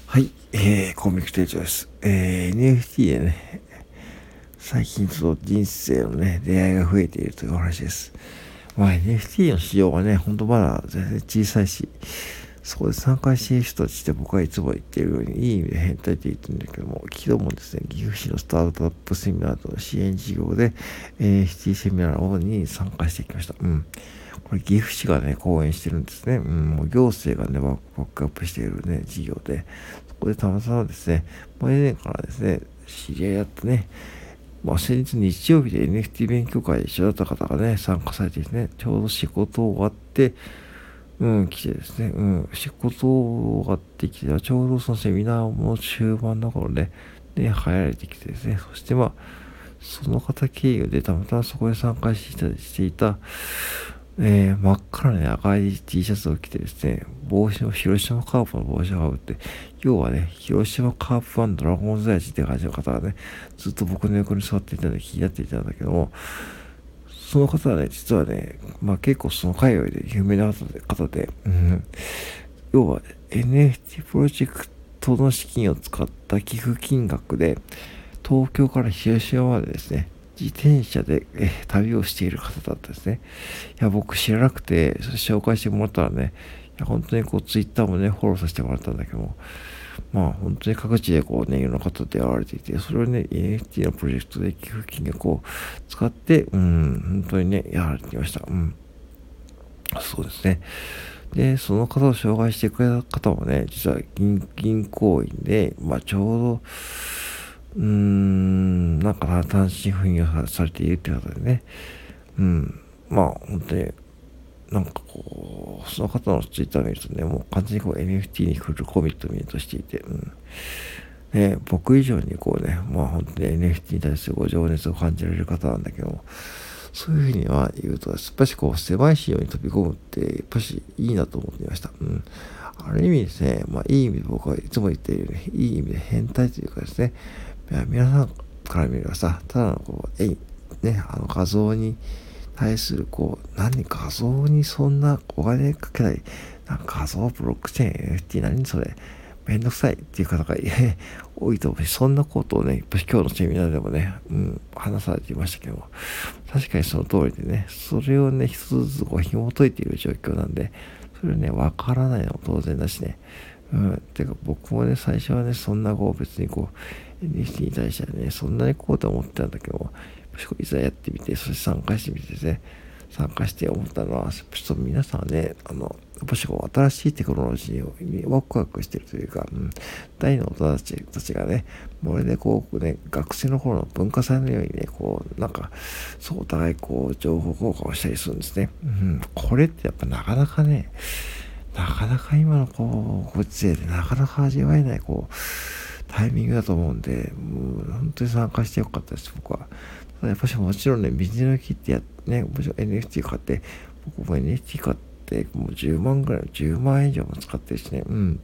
はい、コミック店長です。NFT でね、最近ちょっと人生のね、出会いが増えているというお話です。NFT の市場はね、ほんとまだ全然小さいし、そこで参加している人たちって僕はいつも言っているように、いい意味で変態って言ってるんだけども、昨日もですね、岐阜市のスタートアップセミナーと支援事業で NFT セミナーに参加してきました。これ岐阜市がね、講演してるんですね。もう行政がね、バックアップしているね、事業で、そこでたまたまですね、以前からですね、知り合いだったね、先日日曜日で NFT 勉強会で一緒だった方がね、参加されていてね、ちょうど仕事終わって、来てですね、仕事終わってきて、ちょうどそのセミナーも終盤の頃で、入られてきてですね、そしてその方経由でたまたまそこで参加していた、真っ赤なね、赤い T シャツを着てですね、帽子を広島カープの帽子をかぶって、要はね、広島カープファンドラゴンズ愛知って感じの方がね、ずっと僕の横に座っていたので気になっていたんだけども、その方はね、実はね、結構その海外で有名な方で、要は NFT プロジェクトの資金を使った寄付金額で、東京から広島までですね、自転車で旅をしている方だったんですね。いや、僕知らなくて、それ紹介してもらったらね、いや、本当にこう、ツイッターもね、フォローさせてもらったんだけども、本当に各地でこうね、いろんな方と出会われていて、それをね、NFT のプロジェクトで寄付金額を使って、本当にね、やられてきました。そうですね。で、その方を紹介してくれた方もね、実は銀行員で、ちょうど、なんか単身赴任をされているって方でね、本当に、なんかこう、その方のツイッターを見るとね、もう完全にこう NFT に来るコミットメントしていて、僕以上にこうね、本当に NFT に対するご情熱を感じられる方なんだけども、そういうふうには言うと、やっぱしこう、狭い市場に飛び込むって、やっぱしいいなと思っていました。ある意味ですね、いい意味で僕はいつも言っているように、いい意味で変態というかですね、皆さんから見ればさ、ただのこう、画像に対するこう、画像にそんなお金かけない、画像ブロックチェーン NFT 何それ、めんどくさいっていう方が多いと思うし、そんなことをね、やっぱり今日のセミナーでもね、話されていましたけども、確かにその通りでね、それをね、一つずつこう紐解いている状況なんで、それね、わからないのも当然だしね。てか僕もね、最初はね、そんなこう別にこう、NFT に対してはね、そんなにこうと思ってたんだけども、いざやってみて、そして参加してみてですね、参加して思ったのは、ちょっと皆さんね、やっぱしこう新しいテクノロジーにワクワクしてるというか、大の大人たちがね、これでこうね、学生の頃の文化祭のようにね、こう、そう、お互いこう、情報交換をしたりするんですね。これってやっぱなかなかね、なかなか今のこう、ご時世でなかなか味わえない、こう、タイミングだと思うんで、もう本当に参加してよかったです、僕は。ただやっぱしもちろんね、ビジネス切ってもちろん NFT 買って、僕も NFT 買って、もう10万ぐらい、10万円以上も使ってるしね、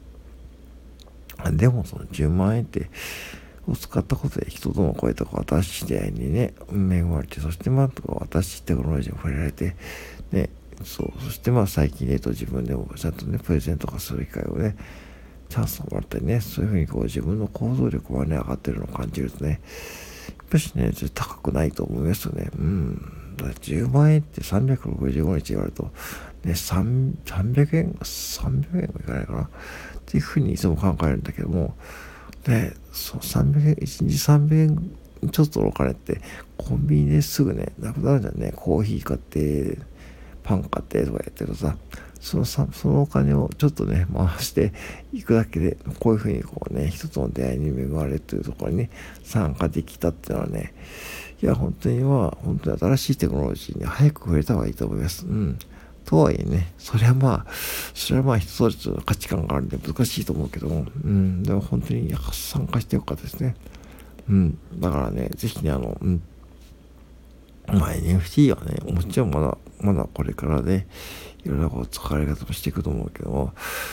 でもその10万円ってを使ったことで人との声とか私出会いにね、恵まれて、そして私テクノロジーに触れられて、ね、そして最近自分でもちゃんとね、プレゼントとかする機会をね、チャンスをもらったりね、そういうふうにこう自分の行動力がね、上がってるのを感じるとね、やっぱしね、高くないと思いますよね。だから10万円って365日言われると、ね、300円 ?300 円もいかないかなっていうふうにいつも考えるんだけども、300円、1日300円ちょっとのお金って、コンビニですぐね、なくなるじゃんね。コーヒー買って、パン買ってとかやってるとさ、そのお金をちょっとね、回していくだけで、こういうふうにこうね、一つの出会いに恵まれるというところにね、参加できたっていうのはね、いや、本当に新しいテクノロジーに早く触れた方がいいと思います。とはいえね、それは人それぞれの価値観があるんで難しいと思うけども、でも本当に参加してよかったですね。だからね、ぜひね、NFT はね、もちろんまだこれからね、いろいろこう使われ方もしていくと思うけども、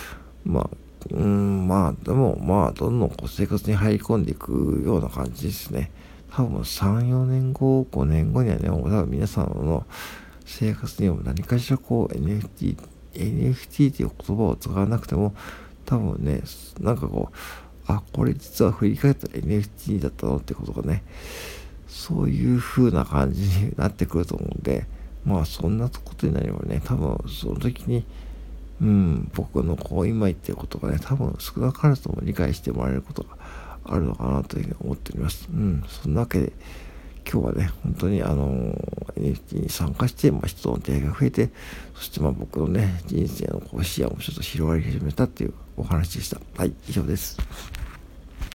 でもどんどんこう生活に入り込んでいくような感じですね。多分3、4年後、5年後にはね、多分皆さんの生活にも何かしらこう NFT という言葉を使わなくても、 多分ね、なんかこう、これ実は振り返ったら NFT だったのってことがね、そういう風な感じになってくると思うんで、そんなことになればね、多分その時に、僕の今言ってることがね、多分少なからずとも理解してもらえることがあるのかなというふうに思っております。そんなわけで、今日はね、本当にNFT に参加して、人の出会いが増えて、そして僕のね、人生の視野もちょっと広がり始めたっていうお話でした。はい、以上です。